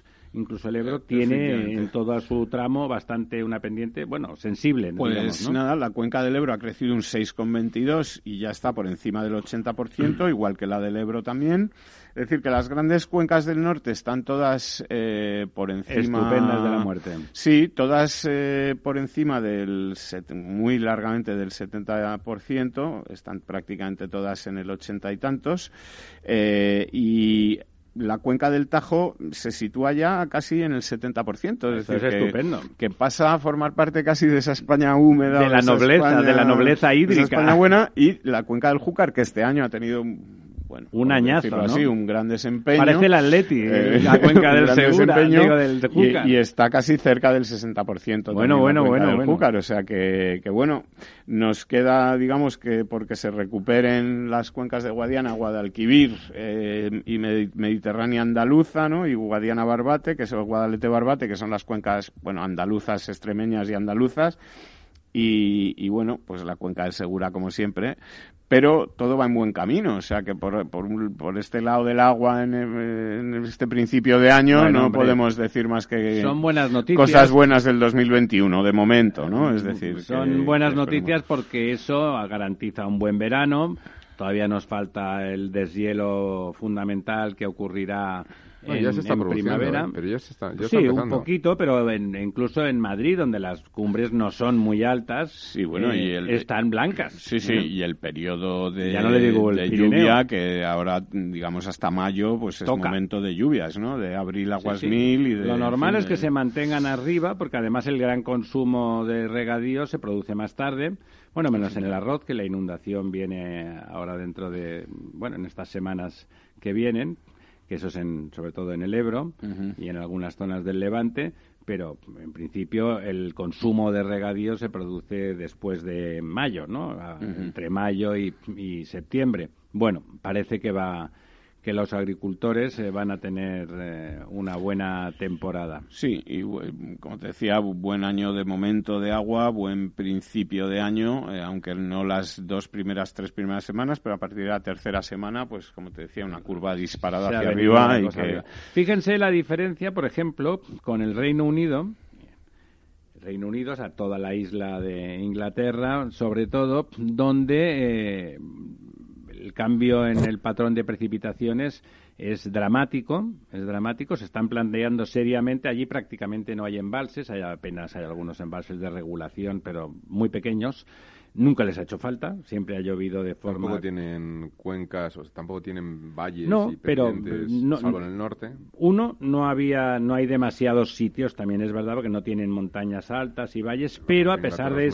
tiene en todo su tramo bastante una pendiente, sensible. Pues digamos, ¿no? Nada, la cuenca del Ebro ha crecido un 6,22 y ya está por encima del 80%, igual que la del Ebro también. Es decir, que las grandes cuencas del norte están todas por encima... Estupendas de la muerte. Sí, todas por encima muy largamente del 70%, están prácticamente todas en el 80 y tantos, y la cuenca del Tajo se sitúa ya casi en el 70%. Es decir, estupendo. Que pasa a formar parte casi de esa España húmeda. De la nobleza hídrica. De esa España buena, y la cuenca del Júcar, que este año ha tenido un añazo, ¿no? Así, un gran desempeño. Parece el Atleti, la cuenca del Segura, del Júcar. Y está casi cerca del 60%. Bueno. Júcar, o sea que nos queda, digamos, que porque se recuperen las cuencas de Guadiana, Guadalquivir y Mediterránea andaluza, ¿no? Y Guadiana Barbate, que es el Guadalete Barbate, que son las cuencas, andaluzas, extremeñas y andaluzas. Y pues la cuenca del Segura, como siempre, pero todo va en buen camino, o sea que por este lado del agua en este principio de año podemos decir más que son buenas noticias, cosas buenas del 2021 de momento, ¿no? Es decir, son buenas noticias porque eso garantiza un buen verano. Todavía nos falta el deshielo fundamental que ocurrirá ya se está en primavera. Pero ya está un poquito, pero incluso en Madrid, donde las cumbres no son muy altas, están blancas. Sí, y el periodo de Pirineo, lluvia, que ahora, digamos, hasta mayo, pues es momento de lluvias, ¿no? De abril aguas mil y de... Lo normal es que se mantengan arriba, porque además el gran consumo de regadío se produce más tarde. Bueno, menos en el arroz, que la inundación viene ahora dentro de... en estas semanas que vienen, que eso es sobre todo en el Ebro y en algunas zonas del Levante, pero en principio el consumo de regadío se produce después de mayo, ¿no? Entre mayo y septiembre. Bueno, parece que va que los agricultores van a tener una buena temporada. Sí, y como te decía, buen año de momento de agua, buen principio de año, aunque no las 3 primeras semanas, pero a partir de la tercera semana, pues como te decía, una curva disparada hacia arriba. Fíjense la diferencia, por ejemplo, con el Reino Unido. Reino Unido, o sea, toda la isla de Inglaterra, sobre todo, donde el cambio en el patrón de precipitaciones es dramático, se están planteando seriamente, allí prácticamente no hay embalses, apenas hay algunos embalses de regulación, pero muy pequeños. Nunca les ha hecho falta, siempre ha llovido de forma... Tampoco tienen cuencas, o sea, tampoco tienen valles y pendientes, salvo en el norte. No hay demasiados sitios, también es verdad, porque no tienen montañas altas y valles, pero a pesar de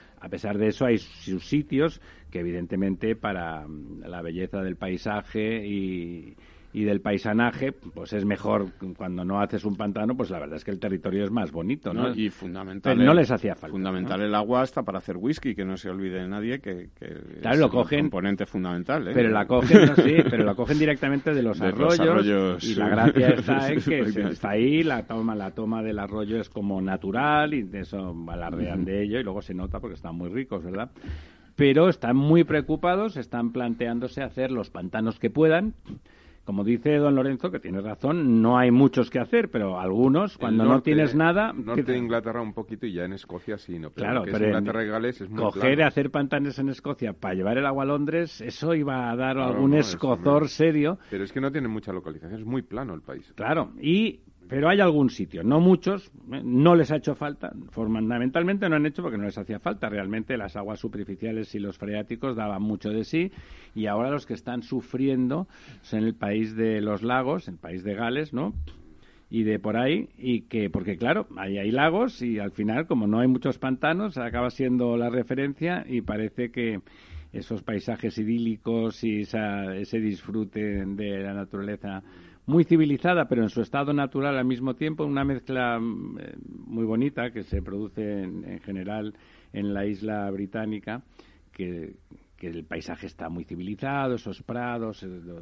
eso hay sus sitios que evidentemente para la belleza del paisaje y del paisanaje, pues es mejor cuando no haces un pantano, pues la verdad es que el territorio es más bonito, ¿no? Y fundamental. Pero no les hacía falta. Fundamental, ¿no? El agua hasta para hacer whisky, que no se olvide de nadie que claro, es lo cogen, un componente fundamental. Pero la cogen directamente de los arroyos. Y la gracia está en que está ahí, la toma del arroyo es como natural y de eso alardean de ello y luego se nota porque están muy ricos, ¿verdad? Pero están muy preocupados, están planteándose hacer los pantanos que puedan. Como dice don Lorenzo, que tiene razón, no hay muchos que hacer, pero algunos, cuando no tienes nada... Norte de Inglaterra un poquito y ya en Escocia sí, ¿no? Claro, pero Inglaterra y Gales es muy coger y hacer pantanos en Escocia para llevar el agua a Londres, eso iba a dar algún escozor serio. Pero es que no tiene mucha localización, es muy plano el país. Claro, pero hay algún sitio, no muchos, no les ha hecho falta, fundamentalmente no han hecho porque no les hacía falta, realmente las aguas superficiales y los freáticos daban mucho de sí y ahora los que están sufriendo son el país de los lagos, el país de Gales, ¿no? Y de por ahí, porque claro, ahí hay lagos y al final como no hay muchos pantanos acaba siendo la referencia y parece que esos paisajes idílicos y ese disfrute de la naturaleza muy civilizada, pero en su estado natural al mismo tiempo, una mezcla muy bonita que se produce en general en la isla británica, que el paisaje está muy civilizado, esos prados,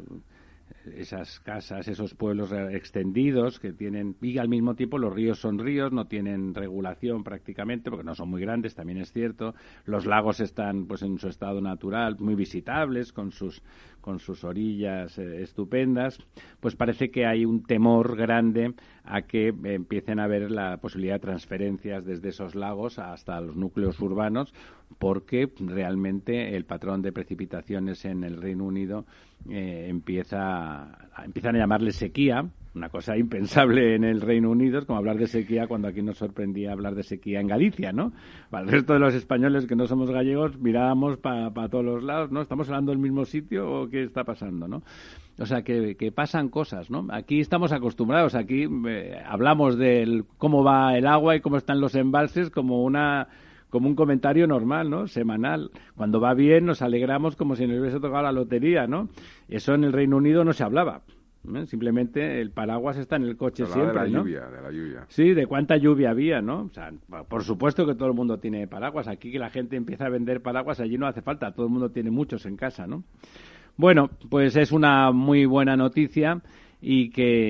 esas casas, esos pueblos extendidos que tienen, y al mismo tiempo los ríos son ríos, no tienen regulación prácticamente porque no son muy grandes, también es cierto. Los lagos están pues en su estado natural, muy visitables, con sus orillas estupendas. Pues parece que hay un temor grande a que empiecen a haber la posibilidad de transferencias desde esos lagos hasta los núcleos urbanos, porque realmente el patrón de precipitaciones en el Reino Unido empiezan a llamarle sequía, una cosa impensable en el Reino Unido, es como hablar de sequía cuando aquí nos sorprendía hablar de sequía en Galicia, ¿no? Para el resto de los españoles que no somos gallegos mirábamos para todos los lados, ¿no? ¿Estamos hablando del mismo sitio o qué está pasando, no? O sea, que pasan cosas, ¿no? Aquí estamos acostumbrados, aquí hablamos de cómo va el agua y cómo están los embalses como un comentario normal, ¿no? Semanal. Cuando va bien nos alegramos como si nos hubiese tocado la lotería, ¿no? Eso en el Reino Unido no se hablaba. Simplemente el paraguas está en el coche siempre, de la ¿no? De la lluvia. Sí, de cuánta lluvia había, ¿no? O sea, por supuesto que todo el mundo tiene paraguas. Aquí que la gente empieza a vender paraguas, allí no hace falta. Todo el mundo tiene muchos en casa, ¿no? Bueno, pues es una muy buena noticia y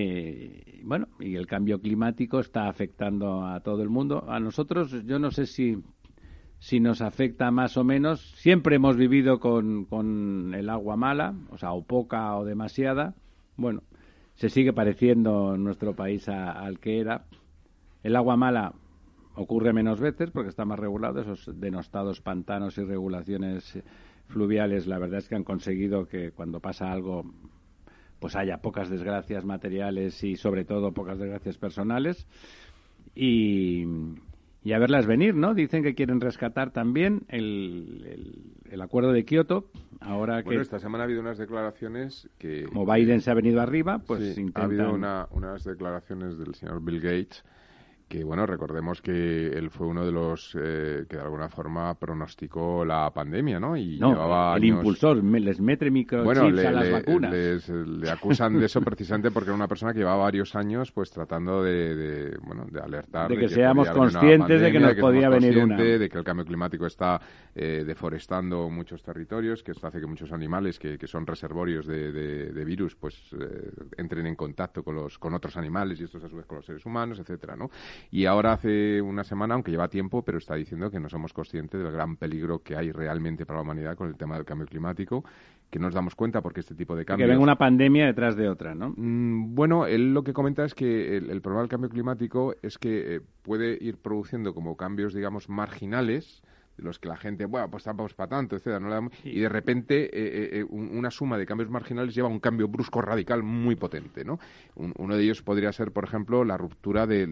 el cambio climático está afectando a todo el mundo. A nosotros, yo no sé si nos afecta más o menos. Siempre hemos vivido con el agua mala, o sea, o poca o demasiada. Bueno, se sigue pareciendo en nuestro país al que era. El agua mala ocurre menos veces porque está más regulado. Esos denostados pantanos y regulaciones fluviales, la verdad es que han conseguido que cuando pasa algo pues haya pocas desgracias materiales y sobre todo pocas desgracias personales. Y a verlas venir, ¿no? Dicen que quieren rescatar también el acuerdo de Kioto. Ahora que esta semana ha habido unas declaraciones que... Como Biden se ha venido arriba, pues sí, intentan... Ha habido unas declaraciones del señor Bill Gates que bueno, recordemos que él fue uno de los que de alguna forma pronosticó la pandemia, ¿no? Y llevaba el años... impulsor, les mete microchips a las vacunas. Le acusan de eso precisamente porque era una persona que llevaba varios años pues tratando de alertar de que seamos conscientes de que nos podía venir una. De que el cambio climático está deforestando muchos territorios, que esto hace que muchos animales que son reservorios de virus pues entren en contacto con otros animales y estos a su vez con los seres humanos, etcétera, ¿no? Y ahora hace una semana, aunque lleva tiempo, pero está diciendo que no somos conscientes del gran peligro que hay realmente para la humanidad con el tema del cambio climático, que nos damos cuenta porque este tipo de cambios... Que venga una pandemia detrás de otra, ¿no? Bueno, él lo que comenta es que el problema del cambio climático es que puede ir produciendo como cambios, digamos, marginales, de los que la gente, bueno, pues tampoco es para tanto, etcétera, ¿no? Y de repente una suma de cambios marginales lleva a un cambio brusco radical muy potente, ¿no? Uno de ellos podría ser, por ejemplo, la ruptura de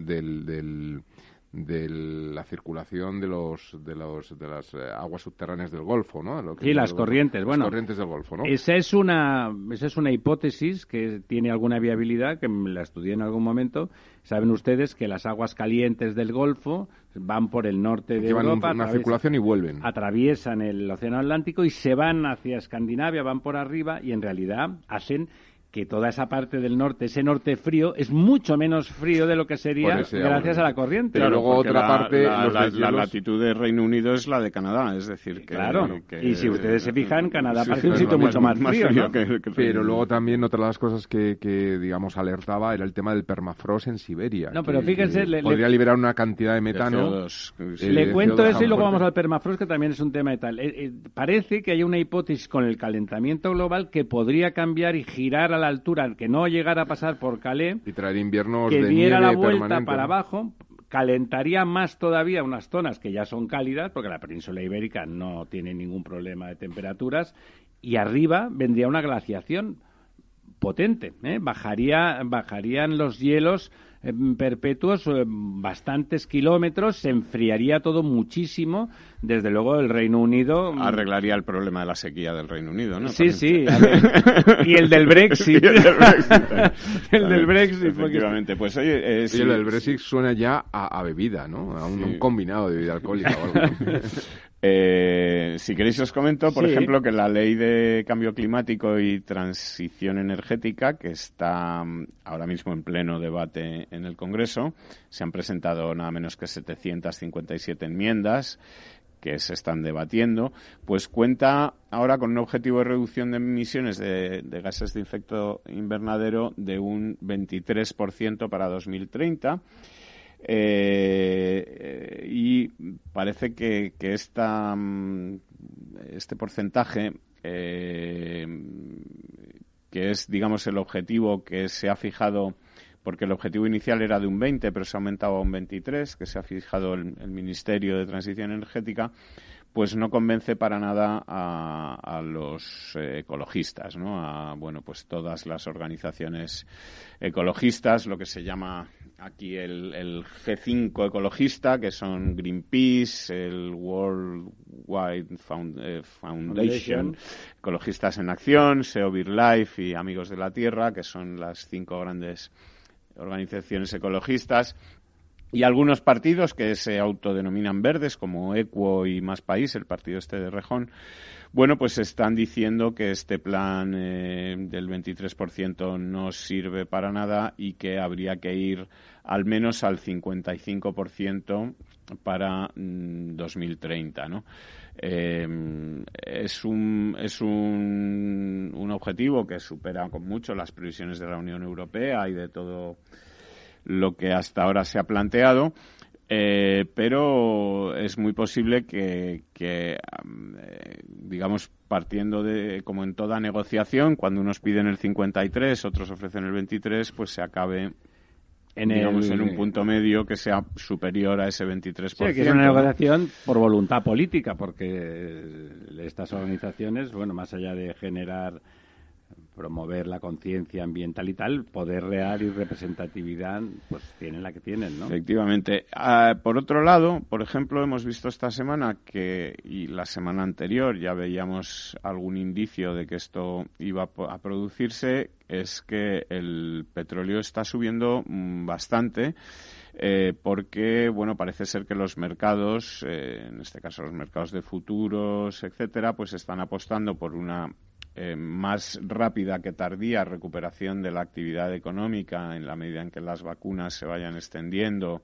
la circulación de las aguas subterráneas del Golfo, ¿no? Las corrientes, las corrientes del Golfo, ¿no? Esa es una hipótesis que tiene alguna viabilidad, que la estudié en algún momento. Saben ustedes que las aguas calientes del Golfo van por el norte de Europa, una circulación y vuelven. Atraviesan el Océano Atlántico y se van hacia Escandinavia, van por arriba y en realidad hacen que toda esa parte del norte, ese norte frío, es mucho menos frío de lo que sería gracias a la corriente. Pero luego otra parte... La latitud del Reino Unido es la de Canadá, es decir... Que, claro, y si ustedes se fijan, Canadá parece un sitio mucho más frío, ¿no? Pero luego también otra de las cosas que digamos, alertaba era el tema del permafrost en Siberia. No, pero fíjense... Podría liberar una cantidad de metano... Le cuento eso y luego vamos al permafrost, que también es un tema de tal. Parece que hay una hipótesis con el calentamiento global que podría cambiar y girar a la altura, que no llegara a pasar por Calais, y traer inviernos que de diera nieve la vuelta permanente, para ¿no? abajo, calentaría más todavía unas zonas que ya son cálidas, porque la península ibérica no tiene ningún problema de temperaturas, y arriba vendría una glaciación potente, bajarían los hielos perpetuos bastantes kilómetros, se enfriaría todo muchísimo. Desde luego el Reino Unido... Arreglaría el problema de la sequía del Reino Unido, ¿no? Sí. Y el del Brexit. El del Brexit. Efectivamente. Pues oye... el del Brexit suena ya a bebida, ¿no? A un combinado de bebida alcohólica o algo. Si queréis os comento, por ejemplo, que la Ley de Cambio Climático y Transición Energética, que está ahora mismo en pleno debate en el Congreso, se han presentado nada menos que 757 enmiendas que se están debatiendo, pues cuenta ahora con un objetivo de reducción de emisiones de gases de efecto invernadero de un 23% para 2030. Y parece que este porcentaje, que es, digamos, el objetivo que se ha fijado, porque el objetivo inicial era de un 20, pero se ha aumentado a un 23, que se ha fijado el Ministerio de Transición Energética, pues no convence para nada a los ecologistas, ¿no? Pues todas las organizaciones ecologistas, lo que se llama aquí el G5 ecologista, que son Greenpeace, el World Wide Foundation, Ecologistas en Acción, SEO BirdLife y Amigos de la Tierra, que son las 5 grandes organizaciones ecologistas, y algunos partidos que se autodenominan verdes, como Equo y Más País, el partido de Rejón. Bueno, pues están diciendo que este plan del 23% no sirve para nada y que habría que ir al menos al 55% para 2030, ¿no? Es un objetivo que supera con mucho las previsiones de la Unión Europea y de todo lo que hasta ahora se ha planteado. Pero es muy posible que digamos, partiendo de, como en toda negociación, cuando unos piden el 53, otros ofrecen el 23, pues se acabe en un punto medio que sea superior a ese 23%. Sí, que es una negociación por voluntad política, porque estas organizaciones, más allá de promover la conciencia ambiental y tal, poder real y representatividad, pues tienen la que tienen, ¿no? Efectivamente. Por otro lado, por ejemplo, hemos visto esta semana y la semana anterior ya veíamos algún indicio de que esto iba a producirse, es que el petróleo está subiendo bastante. porque, bueno, parece ser que los mercados, en este caso los mercados de futuros, etcétera, pues están apostando por una más rápida que tardía recuperación de la actividad económica en la medida en que las vacunas se vayan extendiendo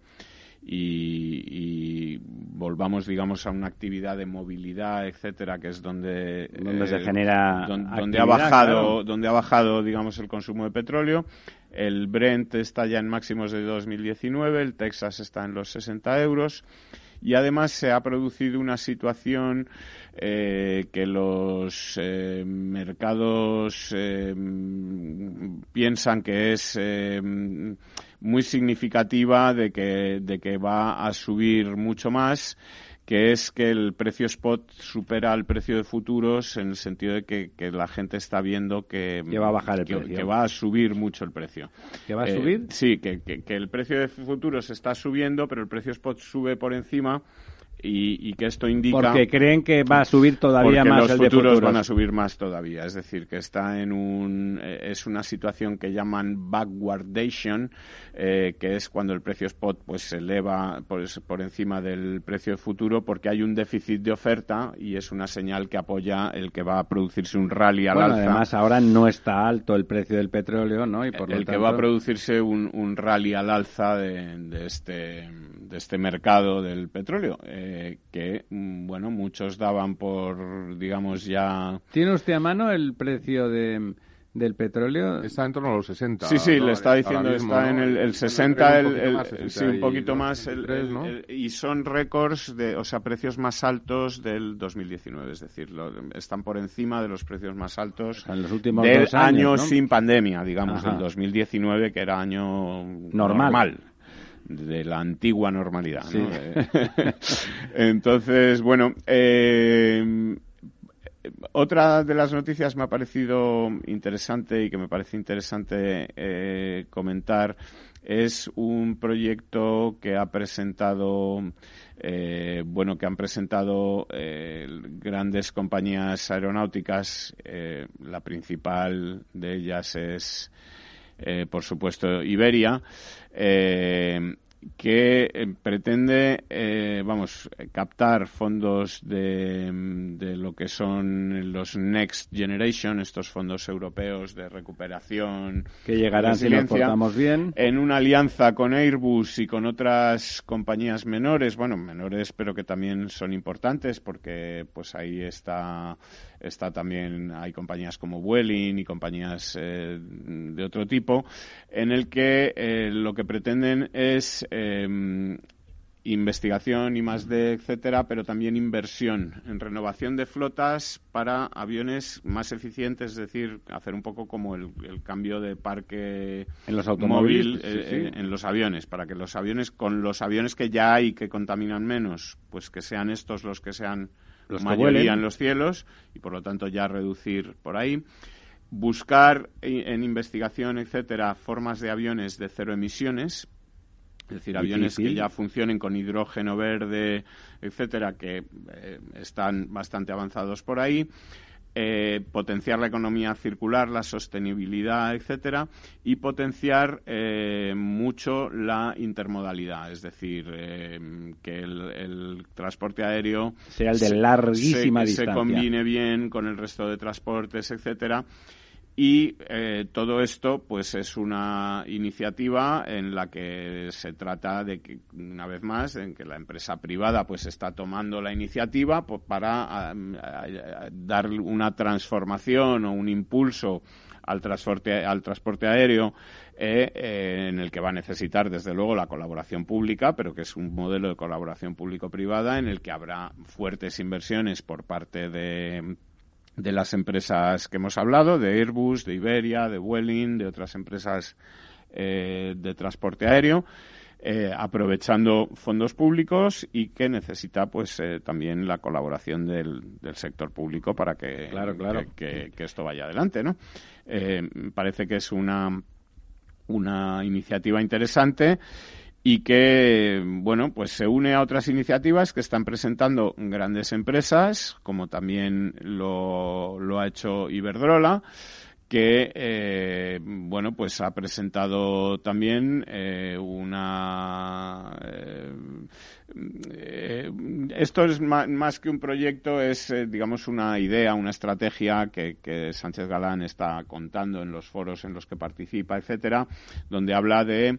y volvamos, digamos, a una actividad de movilidad, etcétera, que es donde se genera donde ha bajado, digamos, el consumo de petróleo. El Brent está ya en máximos de 2019, el Texas está en los 60 euros. Y además se ha producido una situación que los mercados piensan que es muy significativa de que va a subir mucho más, que es que el precio spot supera al precio de futuros, en el sentido de que la gente está viendo que va a bajar el precio, que va a subir mucho el precio. ¿Que va a subir? Sí, que el precio de futuros está subiendo, pero el precio spot sube por encima. Y que esto indica... Porque creen que va a subir todavía más el de futuros. Los futuros van a subir más todavía. Es decir, que está es una situación que llaman backwardation, que es cuando el precio spot pues se eleva por encima del precio de futuro, porque hay un déficit de oferta y es una señal que apoya el que va a producirse un rally al alza. Además, ahora no está alto el precio del petróleo, ¿no? Y por lo tanto... que va a producirse un rally al alza de este mercado del petróleo. Que, bueno, muchos daban por, digamos, ya... ¿Tiene usted a mano el precio del petróleo? Está en torno a los 60. Sí, ¿no? le está diciendo, mismo, está ¿no? en el 60, sí, un poquito más, 63, ¿no? y son récords, o sea, precios más altos del 2019, es decir, están por encima de los precios más altos en los últimos del 2 años, año, ¿no? Sin pandemia, digamos, Ajá. del 2019, que era año normal. De la antigua normalidad, sí. ¿no? Entonces, bueno, otra de las noticias me ha parecido interesante y que me parece interesante comentar es un proyecto que ha presentado que han presentado grandes compañías aeronáuticas. La principal de ellas es por supuesto Iberia, que pretende captar fondos de lo que son los Next Generation, estos fondos europeos de recuperación, que llegarán si nos portamos bien, en una alianza con Airbus y con otras compañías menores pero que también son importantes, porque pues ahí está también, hay compañías como Vueling y compañías de otro tipo, en el que lo que pretenden es investigación y +D, etcétera, pero también inversión en renovación de flotas para aviones más eficientes, es decir, hacer un poco como el cambio de parque en los automóviles, en los aviones, para que los aviones que ya hay que contaminan menos, pues que sean estos los que sean los mayoría en los cielos, y por lo tanto ya reducir por ahí. Buscar en investigación, etcétera, formas de aviones de cero emisiones, es decir, aviones que ya funcionen con hidrógeno verde, etcétera, que están bastante avanzados por ahí. Potenciar la economía circular, la sostenibilidad, etcétera, y potenciar mucho la intermodalidad, es decir, que el transporte aéreo sea el de larguísima distancia, se combine bien con el resto de transportes, etcétera. Y todo esto pues es una iniciativa en la que se trata de que, una vez más, en que la empresa privada pues está tomando la iniciativa para dar una transformación o un impulso al transporte aéreo, en el que va a necesitar desde luego la colaboración pública, pero que es un modelo de colaboración público-privada en el que habrá fuertes inversiones por parte de las empresas que hemos hablado, de Airbus, de Iberia, de Vueling, de otras empresas de transporte aéreo, aprovechando fondos públicos, y que necesita pues también la colaboración del sector público para que, que esto vaya adelante, ¿no? Parece que es una iniciativa interesante y que, bueno, pues se une a otras iniciativas que están presentando grandes empresas, como también lo ha hecho Iberdrola, que bueno, pues ha presentado también esto es más que un proyecto, es digamos una idea, una estrategia que Sánchez Galán está contando en los foros en los que participa, etcétera, donde habla de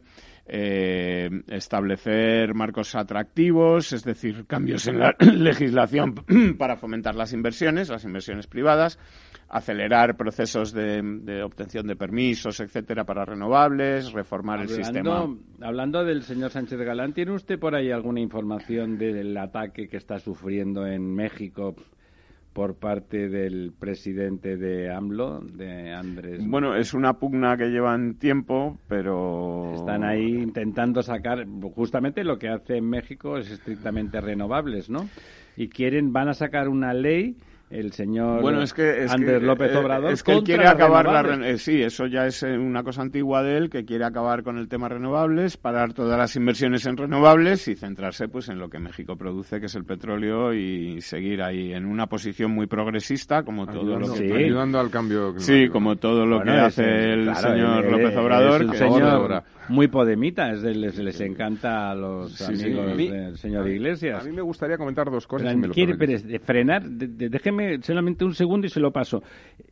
establecer marcos atractivos, es decir, cambios en la legislación para fomentar las inversiones privadas, acelerar procesos de obtención de permisos, etcétera, para renovables, reformar el sistema. Hablando del señor Sánchez Galán, ¿tiene usted por ahí alguna información del ataque que está sufriendo en México por parte del presidente de AMLO, de Andrés? Bueno, es una pugna que llevan tiempo, pero... Están ahí intentando sacar... Justamente lo que hace en México es estrictamente renovables, ¿no? Y van a sacar una ley... El señor Andrés López Obrador es que él quiere acabar sí, eso ya es una cosa antigua de él, que quiere acabar con el tema renovables, parar todas las inversiones en renovables y centrarse pues en lo que México produce, que es el petróleo, y seguir ahí en una posición muy progresista, como todo lo que ayudando al cambio climático. Sí, como todo lo que hace el señor López Obrador, es un señor muy podemita, les encanta a los amigos del señor Iglesias. A mí me gustaría comentar dos cosas. ¿Quiere frenar? Déjeme solamente un segundo y se lo paso.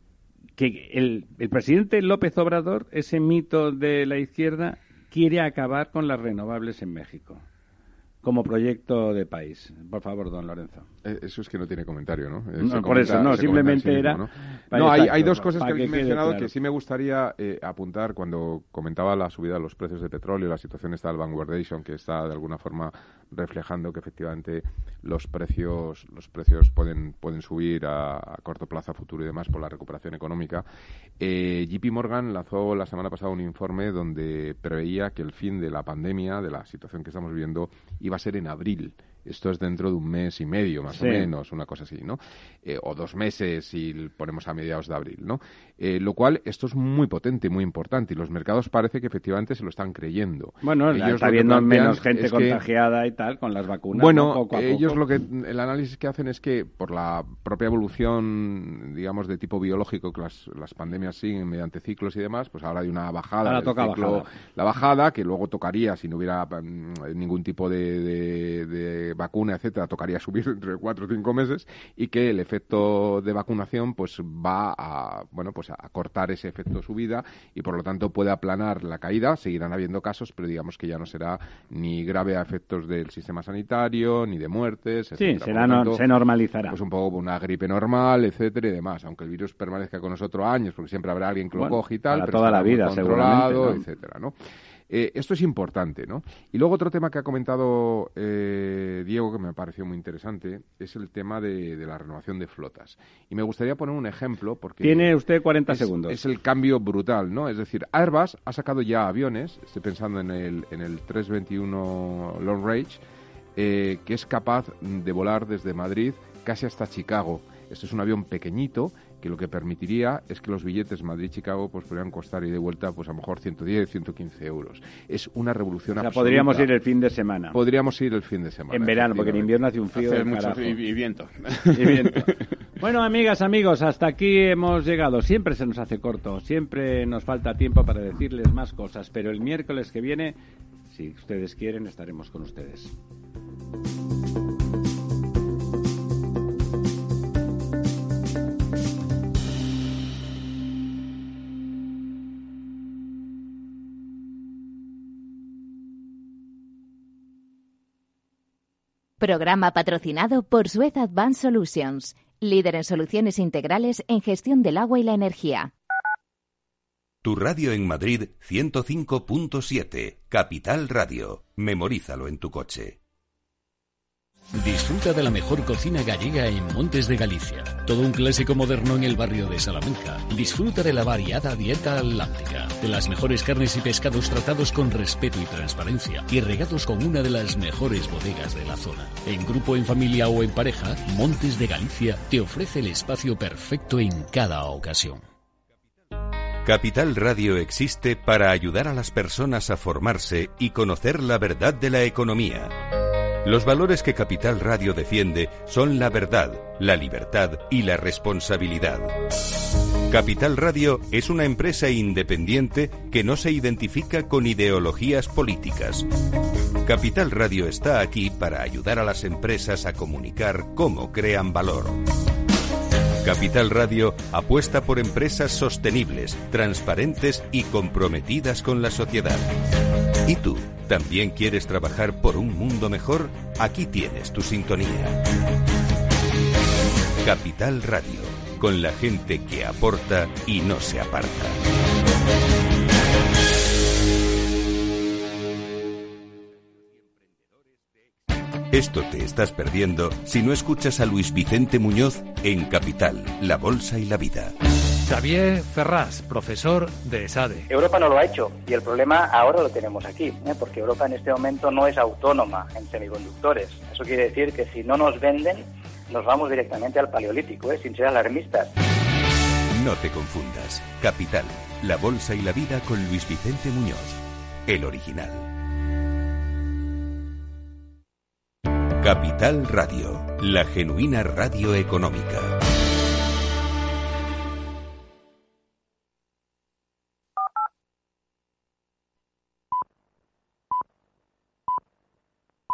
Que el presidente López Obrador, ese mito de la izquierda, quiere acabar con las renovables en México como proyecto de país. Por favor, don Lorenzo. Eso es que no tiene comentario, ¿no? Simplemente era... No, hay dos cosas que habéis mencionado que sí me gustaría apuntar cuando comentaba la subida de los precios de petróleo, la situación esta del Vanguardation, que está de alguna forma reflejando que efectivamente los precios pueden subir a corto plazo, a futuro y demás por la recuperación económica. JP Morgan lanzó la semana pasada un informe donde preveía que el fin de la pandemia, de la situación que estamos viviendo, iba a ser en abril. Esto es dentro de un mes y medio, más o menos, una cosa así, ¿no? O 2 meses si ponemos a mediados de abril, ¿no? Lo cual, esto es muy potente, muy importante, y los mercados parece que efectivamente se lo están creyendo. Bueno, está habiendo menos gente contagiada y tal con las vacunas. Bueno, ¿no? Poco a ellos poco. el análisis que hacen es que por la propia evolución, digamos, de tipo biológico, que las pandemias siguen mediante ciclos y demás, pues ahora hay una bajada. Ahora toca ciclo, la bajada, que luego tocaría, si no hubiera ningún tipo de vacuna, etcétera, tocaría subir entre 4 o 5 meses, y que el efecto de vacunación pues va a cortar ese efecto subida y por lo tanto puede aplanar la caída. Seguirán habiendo casos, pero digamos que ya no será ni grave a efectos del sistema sanitario ni de muertes, etcétera. Sí, se normalizará. Pues un poco una gripe normal, etcétera y demás, aunque el virus permanezca con nosotros años, porque siempre habrá alguien que lo coge y tal, para pero toda la vida, controlado, seguramente, ¿no? etcétera, ¿no? Esto es importante, ¿no? Y luego otro tema que ha comentado Diego, que me pareció muy interesante, es el tema de la renovación de flotas. Y me gustaría poner un ejemplo, porque... Tiene usted 40 segundos. Es el cambio brutal, ¿no? Es decir, Airbus ha sacado ya aviones, estoy pensando en el 321 Long Range, que es capaz de volar desde Madrid casi hasta Chicago. Este es un avión pequeñito que lo que permitiría es que los billetes Madrid-Chicago pues podrían costar y de vuelta pues a lo mejor 110, 115 euros. Es una revolución absoluta. Podríamos ir el fin de semana. Podríamos ir el fin de semana. En verano, porque en invierno hace un frío. Hace mucho frío y viento. Y viento. Bueno, amigas, amigos, hasta aquí hemos llegado. Siempre se nos hace corto, siempre nos falta tiempo para decirles más cosas, pero el miércoles que viene, si ustedes quieren, estaremos con ustedes. Programa patrocinado por Suez Advanced Solutions, líder en soluciones integrales en gestión del agua y la energía. Tu radio en Madrid 105.7, Capital Radio. Memorízalo en tu coche. Disfruta de la mejor cocina gallega en Montes de Galicia. Todo un clásico moderno en el barrio de Salamanca. Disfruta de la variada dieta atlántica, de las mejores carnes y pescados tratados con respeto y transparencia y regados con una de las mejores bodegas de la zona. En grupo, en familia o en pareja, Montes de Galicia te ofrece el espacio perfecto en cada ocasión. Capital Radio existe para ayudar a las personas a formarse y conocer la verdad de la economía. Los valores que Capital Radio defiende son la verdad, la libertad y la responsabilidad. Capital Radio es una empresa independiente que no se identifica con ideologías políticas. Capital Radio está aquí para ayudar a las empresas a comunicar cómo crean valor. Capital Radio apuesta por empresas sostenibles, transparentes y comprometidas con la sociedad. ¿Y tú, también quieres trabajar por un mundo mejor? Aquí tienes tu sintonía. Capital Radio, con la gente que aporta y no se aparta. Esto te estás perdiendo si no escuchas a Luis Vicente Muñoz en Capital, la Bolsa y la Vida. Xavier Ferrás, profesor de ESADE. Europa no lo ha hecho y el problema ahora lo tenemos aquí, porque Europa en este momento no es autónoma en semiconductores. Eso quiere decir que si no nos venden, nos vamos directamente al paleolítico, sin ser alarmistas. No te confundas. Capital, la Bolsa y la Vida con Luis Vicente Muñoz, el original. Capital Radio, la genuina radio económica.